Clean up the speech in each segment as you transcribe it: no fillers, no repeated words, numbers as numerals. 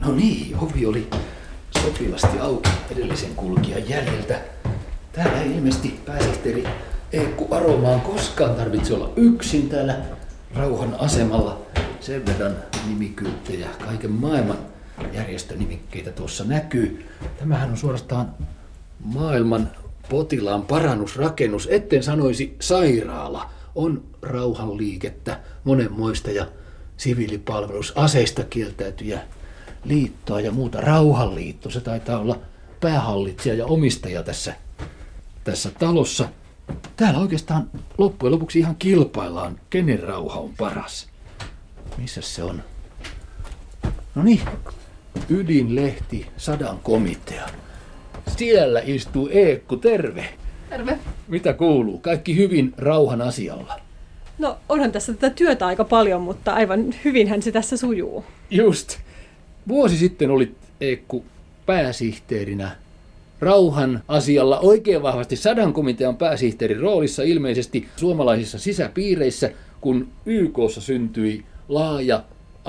No niin, ovi oli sopivasti auki edellisen kulkijan jäljiltä. Täällä ei ilmeisesti pääsihteeri Eekku Aromaan koskaan tarvitse olla yksin täällä Rauhan asemalla. Sen verran nimikylttejä, kaiken maailman järjestönimikkeitä tuossa näkyy. Tämähän on suorastaan maailman potilaan parannusrakennus, etten sanoisi sairaala. On rauhanliikettä, monenmoista ja siviilipalvelusaseista kieltäytyjä liittoa ja muuta. Rauhanliitto, se taitaa olla päähallitsija ja omistaja tässä talossa. Täällä oikeastaan loppujen lopuksi ihan kilpaillaan, kenen rauha on paras. Missä se on? No niin, Ydinlehti 100 komitea. Siellä istuu Eekku, terve. Terve. Mitä kuuluu? Kaikki hyvin rauhan asialla? No onhan tässä tätä työtä aika paljon, mutta aivan hyvinhän se tässä sujuu. Just. Vuosi sitten olit, Eekku, pääsihteerinä rauhan asialla oikein vahvasti 100 komitean pääsihteerin roolissa ilmeisesti suomalaisissa sisäpiireissä, kun YK:ssa syntyi laaja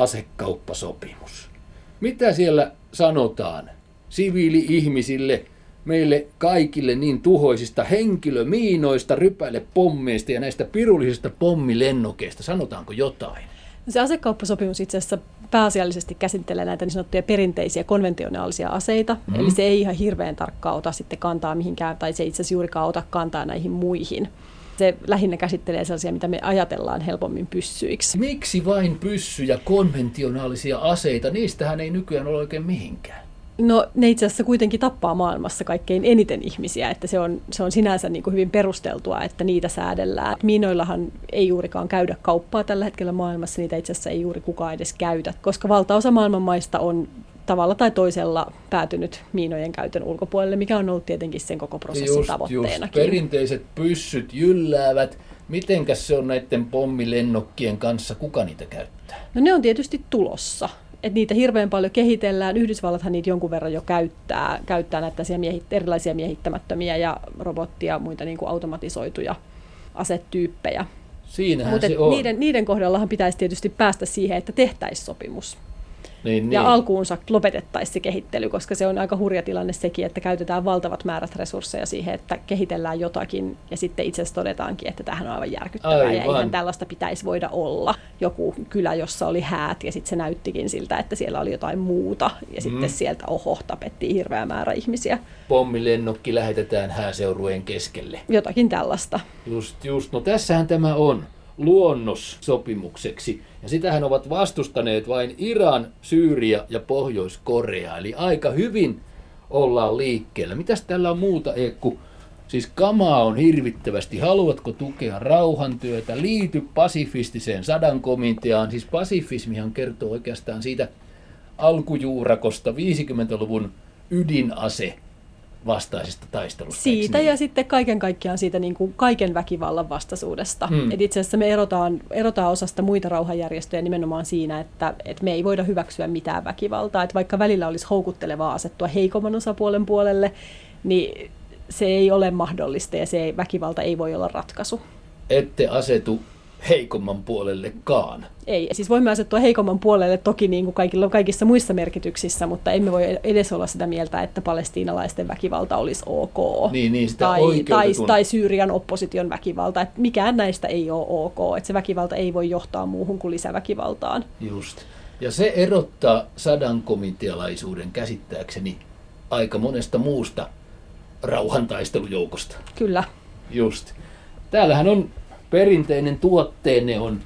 asekauppasopimus. Mitä siellä sanotaan siviili-ihmisille, meille kaikille niin tuhoisista henkilömiinoista, rypälepommeista ja näistä pirullisista pommilennokeista? Sanotaanko jotain? Se asekauppasopimus itse asiassa pääasiallisesti käsittelee näitä niin sanottuja perinteisiä konventionaalisia aseita, eli se ei ihan hirveän tarkkaan ota sitten kantaa mihinkään, tai se itse asiassa juurikaan ota kantaa näihin muihin. Se lähinnä käsittelee sellaisia, mitä me ajatellaan helpommin pyssyiksi. Miksi vain pyssyjä, konventionaalisia aseita? Niistähän ei nykyään ole oikein mihinkään. No ne itse asiassa kuitenkin tappaa maailmassa kaikkein eniten ihmisiä, että se on sinänsä niin kuin hyvin perusteltua, että niitä säädellään. Miinoillahan ei juurikaan käydä kauppaa tällä hetkellä maailmassa, niitä itse asiassa ei juuri kukaan edes käytä, koska valtaosa maailman maista on tavalla tai toisella päätynyt miinojen käytön ulkopuolelle, mikä on ollut tietenkin sen koko prosessin tavoitteenakin. Just. Perinteiset pyssyt jylläävät. Mitenkäs se on näiden pommilennokkien kanssa? Kuka niitä käyttää? No ne on tietysti tulossa. Että niitä hirveän paljon kehitellään. Yhdysvallathan niitä jonkun verran jo käyttää näitä erilaisia miehittämättömiä ja robottia ja muita niin kuin automatisoituja asetyyppejä. Siinähän se on. Niiden kohdallahan pitäisi tietysti päästä siihen, että tehtäisiin sopimus. Niin. Ja alkuunsa lopetettaisiin se kehittely, koska se on aika hurja tilanne sekin, että käytetään valtavat määrät resursseja siihen, että kehitellään jotakin ja sitten itse asiassa todetaankin, että tämähän on aivan järkyttävää ja eihän tällaista pitäisi voida olla. Joku kylä, jossa oli häät ja sitten se näyttikin siltä, että siellä oli jotain muuta ja sitten sieltä tapettiin hirveä määrä ihmisiä. Pommilennokki lähetetään hääseurueen keskelle. Jotakin tällaista. Just. No tässähän tämä on luonnossopimukseksi. Ja sitähän ovat vastustaneet vain Iran, Syyria ja Pohjois-Korea. Eli aika hyvin ollaan liikkeellä. Mitäs tällä on muuta, Eekku? Siis kamaa on hirvittävästi. Haluatko tukea rauhantyötä? Liity pasifistiseen 100 komiteaan. Siis pasifismihan kertoo oikeastaan siitä alkujuurakosta 50-luvun ydinase vastaisesta taistelusta. Siitä ja sitten kaiken kaikkiaan siitä niin kuin kaiken väkivallan vastaisuudesta. Et itse asiassa me erotaan osasta muita rauhanjärjestöjä nimenomaan siinä, että me ei voida hyväksyä mitään väkivaltaa. Et vaikka välillä olisi houkuttelevaa asettua heikomman osapuolen puolelle, niin se ei ole mahdollista ja se väkivalta ei voi olla ratkaisu. Ette asetu heikomman puolellekaan. Ei, siis voimme asettua heikomman puolelle toki niin kuin kaikissa muissa merkityksissä, mutta emme voi edes olla sitä mieltä, että palestiinalaisten väkivalta olisi ok. Niin, sitä tai Syyrian opposition väkivalta. Että mikään näistä ei ole ok. Että se väkivalta ei voi johtaa muuhun kuin lisäväkivaltaan. Just. Ja se erottaa 100 komitealaisuuden käsittääkseni aika monesta muusta rauhantaistelujoukosta. Kyllä. Just. Täällähän on perinteinen tuotteenne on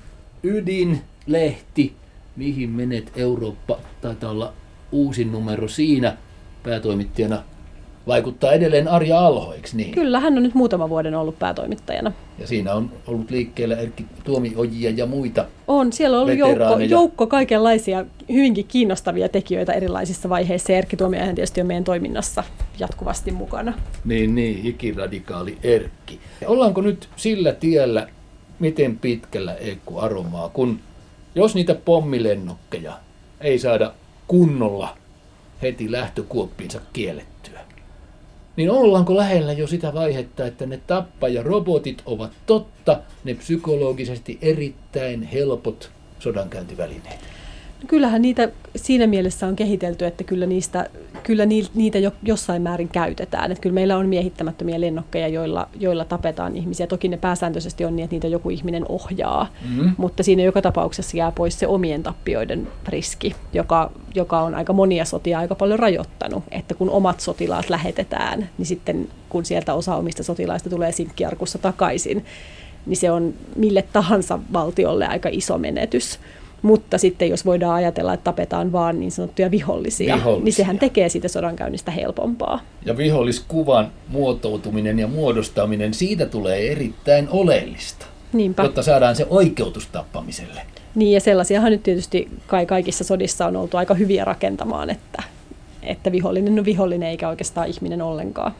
Ydinlehti, mihin menet Eurooppa, taitaa olla uusin numero siinä. Päätoimittajana vaikuttaa edelleen Arja Alho, eikö niin? Kyllä, hän on nyt muutaman vuoden ollut päätoimittajana. Ja siinä on ollut liikkeellä Erkki Tuomiojia ja muita. On, siellä on ollut joukko kaikenlaisia hyvinkin kiinnostavia tekijöitä erilaisissa vaiheissa. Erkki Tuomiojahan tietysti on meidän toiminnassa jatkuvasti mukana. Niin, ikiradikaali Erkki. Ollaanko nyt sillä tiellä, miten pitkällä, Eekku Aromaa, kun jos niitä pommilennokkeja ei saada kunnolla heti lähtökuoppiinsa kiellettyä, niin ollaanko lähellä jo sitä vaihetta, että ne tappajarobotit ovat totta, ne psykologisesti erittäin helpot sodankäyntivälineet? Kyllähän niitä siinä mielessä on kehitelty, että kyllä niitä jossain määrin käytetään. Että kyllä meillä on miehittämättömiä lennokkeja, joilla tapetaan ihmisiä. Toki ne pääsääntöisesti on niin, että niitä joku ihminen ohjaa, mutta siinä joka tapauksessa jää pois se omien tappioiden riski, joka on aika monia sotia aika paljon rajoittanut. Että kun omat sotilaat lähetetään, niin sitten kun sieltä osa omista sotilaista tulee sinkkiarkussa takaisin, niin se on mille tahansa valtiolle aika iso menetys. Mutta sitten jos voidaan ajatella, että tapetaan vaan niin sanottuja vihollisia, niin sehän tekee siitä sodankäynnistä helpompaa. Ja viholliskuvan muotoutuminen ja muodostaminen, siitä tulee erittäin oleellista, Niinpä. Jotta saadaan se oikeutus tappamiselle. Niin, ja sellaisiahan nyt tietysti kaikissa sodissa on oltu aika hyviä rakentamaan, että vihollinen on vihollinen eikä oikeastaan ihminen ollenkaan.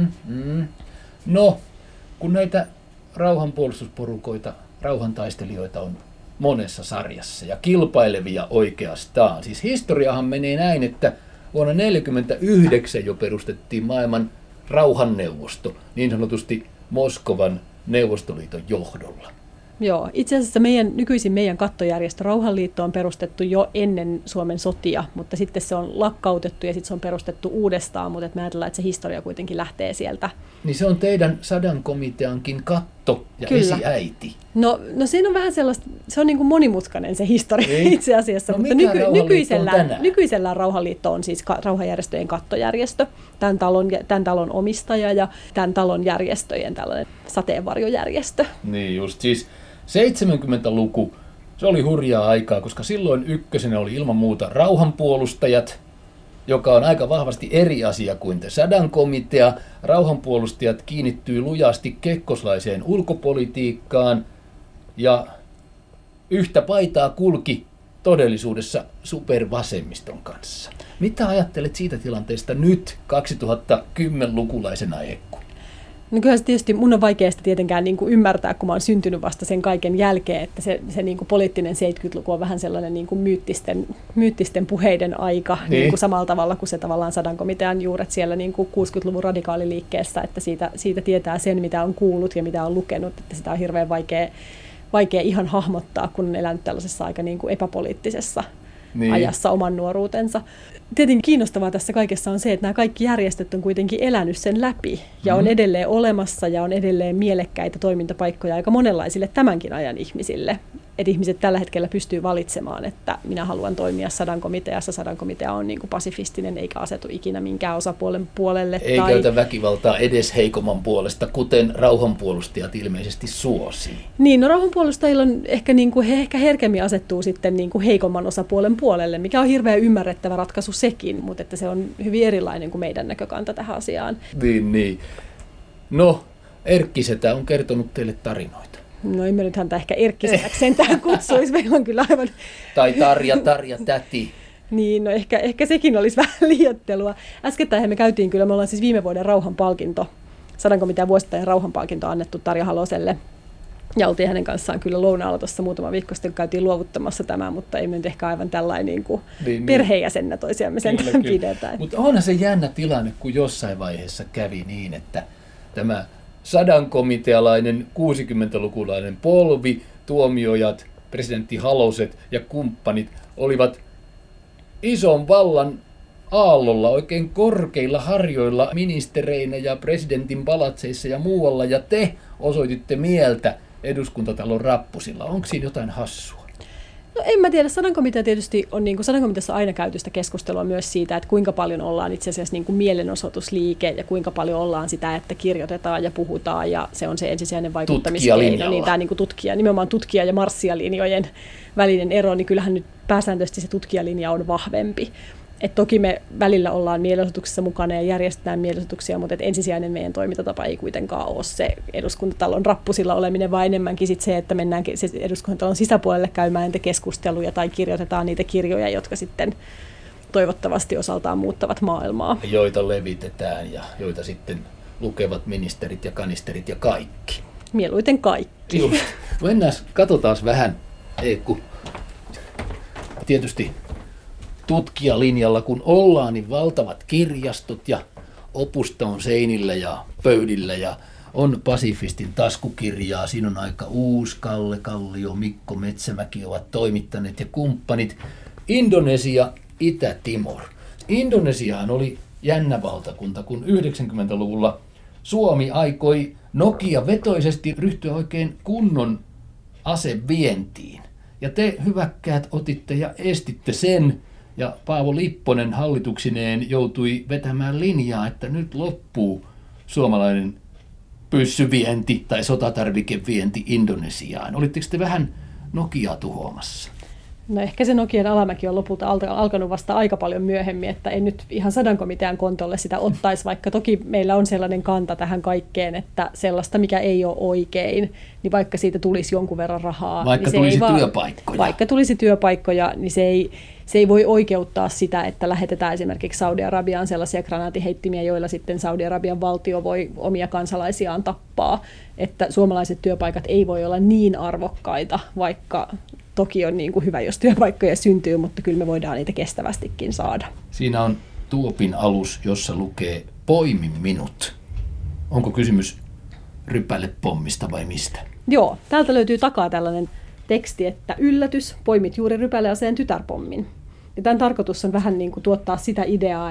No, kun näitä rauhanpuolustusporukoita, rauhantaistelijoita on monessa sarjassa ja kilpailevia oikeastaan. Siis historiahan menee näin, että vuonna 1949 jo perustettiin maailman rauhanneuvosto, niin sanotusti Moskovan Neuvostoliiton johdolla. Joo, itse asiassa nykyisin meidän kattojärjestö Rauhanliitto on perustettu jo ennen Suomen sotia, mutta sitten se on lakkautettu ja sitten se on perustettu uudestaan, mutta me ajatellaan, että se historia kuitenkin lähtee sieltä. Niin se on teidän Sadan komiteankin katto ja Kyllä. esiäiti. No siinä on vähän sellaista, se on niin kuin monimutkainen se historia itse asiassa, no, mutta nykyisellään Rauhanliitto on siis rauhanjärjestöjen kattojärjestö, tämän talon omistaja ja tämän talon järjestöjen tällainen sateenvarjojärjestö. Niin just, siis 70-luku, se oli hurjaa aikaa, koska silloin ykkösenä oli ilman muuta rauhanpuolustajat, joka on aika vahvasti eri asia kuin Sadan komitea. Rauhanpuolustajat kiinnittyi lujasti kekkoslaiseen ulkopolitiikkaan ja yhtä paitaa kulki todellisuudessa supervasemmiston kanssa. Mitä ajattelet siitä tilanteesta nyt 2010-lukulaisena, Eekku? No kyllä se tietysti mun on vaikea sitä tietenkään niin kuin ymmärtää, kun mä oon syntynyt vasta sen kaiken jälkeen, että se niin kuin poliittinen 70-luku on vähän sellainen niin kuin myyttisten puheiden aika, niin kuin samalla tavalla kuin se tavallaan Sadan komitean juuret siellä niin kuin 60-luvun radikaaliliikkeessä, että siitä tietää sen, mitä on kuullut ja mitä on lukenut, että sitä on hirveän vaikea ihan hahmottaa, kun on elänyt tällaisessa aika niin kuin epäpoliittisessa ajassa oman nuoruutensa. Tietenkin kiinnostavaa tässä kaikessa on se, että nämä kaikki järjestöt on kuitenkin elänyt sen läpi ja on edelleen olemassa ja on edelleen mielekkäitä toimintapaikkoja aika monenlaisille tämänkin ajan ihmisille. Että ihmiset tällä hetkellä pystyy valitsemaan, että minä haluan toimia Sadan komiteassa. Sadan komitea on niin kuin pasifistinen eikä asetu ikinä minkään osapuolen puolelle. Ei käytä väkivaltaa edes heikomman puolesta, kuten rauhanpuolustajat ilmeisesti suosii. Niin, no rauhanpuolustajilla on he ehkä herkemmin asettuu sitten niin kuin heikomman osapuolen puolelle, mikä on hirveän ymmärrettävä ratkaisu sekin, mutta että se on hyvin erilainen kuin meidän näkökanta tähän asiaan. Niin. No, Erkki-setä on kertonut teille tarinoita. No emme nyt häntä ehkä Erkki-setäksi sentään kutsuisi, meillä on kyllä aivan... Tai Tarja täti. Niin, no ehkä sekin olisi vähän liioittelua. Äskettäin me ollaan siis viime vuoden rauhanpalkinto, Sadan komitean vuosittainen rauhanpalkinto annettu Tarja Haloselle. Ja oltiin hänen kanssaan kyllä lounaalla tuossa muutama viikko sitten, kun käytiin luovuttamassa tämä, mutta ei me nyt ehkä aivan tällainen niin kuin perheenjäsenä toisiamme sentään pidetään. Mutta onhan se jännä tilanne, kun jossain vaiheessa kävi niin, että tämä Sadan komitealainen 60-lukulainen polvi, tuomiojat, presidentti Haloset ja kumppanit olivat ison vallan aallolla, oikein korkeilla harjoilla ministereinä ja presidentin palatseissa ja muualla, ja te osoititte mieltä Eduskuntatalon rappusilla. Onko siinä jotain hassua? No en mä tiedä. Sadan komitea tietysti on, niin kuin Sadan komiteassa aina käyty sitä keskustelua myös siitä, että kuinka paljon ollaan itse asiassa niin kuin mielenosoitusliike ja kuinka paljon ollaan sitä, että kirjoitetaan ja puhutaan ja se on se ensisijainen vaikuttamiskeino. Niin tämä niin kuin nimenomaan tutkija- ja marssialinjojen välinen ero, niin kyllähän nyt pääsääntöisesti se tutkijalinja on vahvempi. Et toki me välillä ollaan mielenosoituksessa mukana ja järjestetään mielenosoituksia, mutta ensisijainen meidän toimintatapa ei kuitenkaan ole se Eduskuntatalon rappusilla oleminen, vaan enemmänkin sit se, että mennään Eduskuntatalon sisäpuolelle käymään niitä keskusteluja tai kirjoitetaan niitä kirjoja, jotka sitten toivottavasti osaltaan muuttavat maailmaa. Joita levitetään ja joita sitten lukevat ministerit ja kanisterit ja kaikki. Mieluiten kaikki. Just. Katsotaan vähän, Eekku. Tietysti tutkijalinjalla kun ollaan, niin valtavat kirjastot ja opusta on seinillä ja pöydillä ja on pasifistin taskukirjaa. Siinä on aika uusi Kalle Kallio, Mikko Metsämäki ovat toimittaneet ja kumppanit. Indonesia, Itä-Timor. Indonesiahan oli jännä valtakunta, kun 90-luvulla Suomi aikoi Nokia-vetoisesti ryhtyä oikein kunnon asevientiin. Ja te hyväkkäät otitte ja estitte sen, ja Paavo Lipponen hallituksineen joutui vetämään linjaa, että nyt loppuu suomalainen pyssyvienti tai sotatarvikevienti Indonesiaan. Olitteko te vähän Nokiaa tuhoamassa? No ehkä se Nokian alamäki on lopulta alkanut vasta aika paljon myöhemmin, että en nyt ihan Sadankomitean kontolle sitä ottaisi, vaikka toki meillä on sellainen kanta tähän kaikkeen, että sellaista, mikä ei ole oikein, niin vaikka siitä tulisi jonkun verran rahaa. Vaikka niin tulisi työpaikkoja. Vaikka tulisi työpaikkoja, niin se ei voi oikeuttaa sitä, että lähetetään esimerkiksi Saudi-Arabiaan sellaisia granaatiheittimiä, joilla sitten Saudi-Arabian valtio voi omia kansalaisiaan tappaa. Että suomalaiset työpaikat ei voi olla niin arvokkaita, vaikka toki on niin kuin hyvä, jos työpaikkoja syntyy, mutta kyllä me voidaan niitä kestävästikin saada. Siinä on tuopin alus, jossa lukee "Poimi minut". Onko kysymys rypälepommista vai mistä? Joo, täältä löytyy takaa tällainen teksti, että yllätys, poimit juuri rypäleaseen tytärpommin. Ja tämän tarkoitus on vähän niin kuin tuottaa sitä ideaa,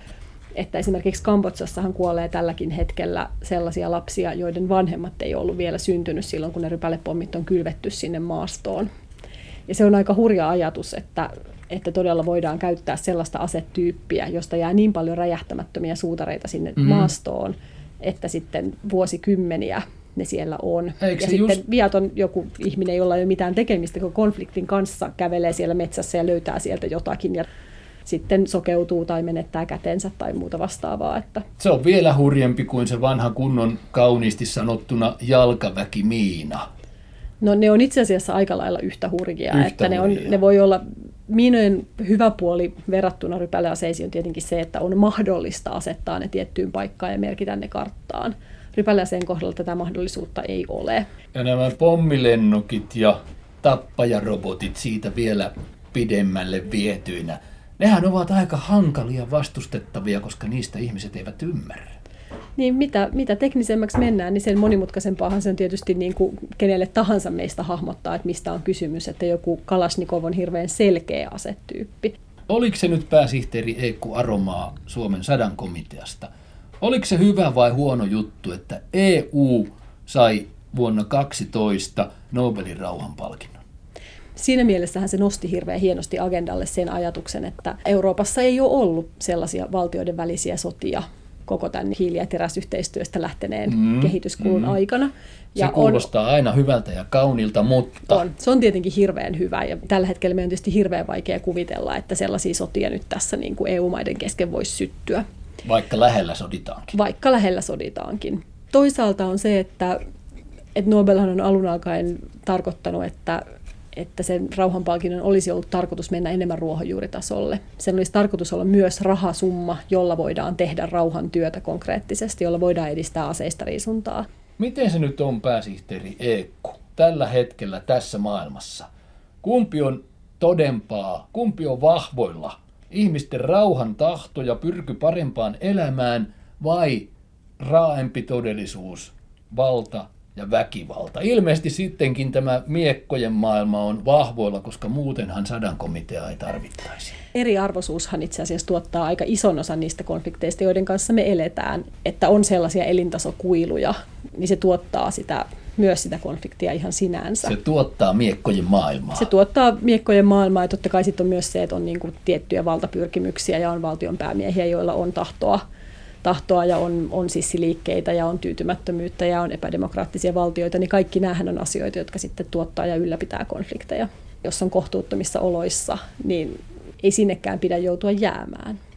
että esimerkiksi Kambodsassahan kuolee tälläkin hetkellä sellaisia lapsia, joiden vanhemmat ei ollut vielä syntynyt silloin, kun ne rypälepommit on kylvetty sinne maastoon. Ja se on aika hurja ajatus, että todella voidaan käyttää sellaista asetyyppiä, josta jää niin paljon räjähtämättömiä suutareita sinne maastoon, että sitten vuosikymmeniä ne siellä on. Eikö ja sitten viaton joku ihminen, jolla ei ole mitään tekemistä, kun konfliktin kanssa kävelee siellä metsässä ja löytää sieltä jotakin ja sitten sokeutuu tai menettää kätensä tai muuta vastaavaa. Että se on vielä hurjempi kuin se vanha kunnon kauniisti sanottuna jalkaväkimiina. No ne on itse asiassa aika lailla yhtä hurjia. Ne voi olla, miinojen hyvä puoli verrattuna rypäleaseisiin on tietenkin se, että on mahdollista asettaa ne tiettyyn paikkaan ja merkitä ne karttaan. Rypäleaseen kohdalla tätä mahdollisuutta ei ole. Ja nämä pommilennokit ja tappajarobotit siitä vielä pidemmälle vietyinä, nehän ovat aika hankalia vastustettavia, koska niistä ihmiset eivät ymmärrä. Niin mitä teknisemmäksi mennään, niin sen monimutkaisempaahan se on tietysti niin kuin kenelle tahansa meistä hahmottaa, että mistä on kysymys, että joku Kalashnikov on hirveän selkeä asetyyppi. Oliko se nyt pääsihteeri Eekku Aromaa Suomen Sadankomiteasta? Oliko se hyvä vai huono juttu, että EU sai vuonna 2012 Nobelin rauhanpalkinnon? Siinä mielessähän se nosti hirveän hienosti agendalle sen ajatuksen, että Euroopassa ei ole ollut sellaisia valtioiden välisiä sotia koko tämän hiili- ja teräsyhteistyöstä lähteneen kehityskulun aikana. Se kuulostaa aina hyvältä ja kaunilta, mutta se on tietenkin hirveän hyvä ja tällä hetkellä meidän on tietysti hirveän vaikea kuvitella, että sellaisia sotia nyt tässä niin kuin EU-maiden kesken voisi syttyä. Vaikka lähellä soditaankin. Toisaalta on se, että Nobelhan on alun alkaen tarkoittanut, että sen rauhanpalkinnon olisi ollut tarkoitus mennä enemmän ruohonjuuritasolle. Sen olisi tarkoitus olla myös rahasumma, jolla voidaan tehdä rauhantyötä konkreettisesti, jolla voidaan edistää aseistariisuntaa. Miten se nyt on, pääsihteeri Eekku, tällä hetkellä tässä maailmassa? Kumpi on todempaa, kumpi on vahvoilla? Ihmisten rauhan tahto ja pyrky parempaan elämään vai raaempi todellisuus, valta ja väkivalta? Ilmeisesti sittenkin tämä miekkojen maailma on vahvoilla, koska muutenhan Sadankomitea ei tarvittaisi. Eriarvoisuushan itse asiassa tuottaa aika ison osan niistä konflikteista, joiden kanssa me eletään. Että on sellaisia elintasokuiluja, niin se tuottaa myös sitä konfliktia ihan sinänsä. Se tuottaa miekkojen maailmaa. Se tuottaa miekkojen maailmaa ja totta kai sitten on myös se, että on niinku tiettyjä valtapyrkimyksiä ja on valtionpäämiehiä, joilla on tahtoa ja on sissiliikkeitä ja on tyytymättömyyttä ja on epädemokraattisia valtioita, niin kaikki näähän on asioita, jotka sitten tuottaa ja ylläpitää konflikteja. Jos on kohtuuttomissa oloissa, niin ei sinnekään pidä joutua jäämään.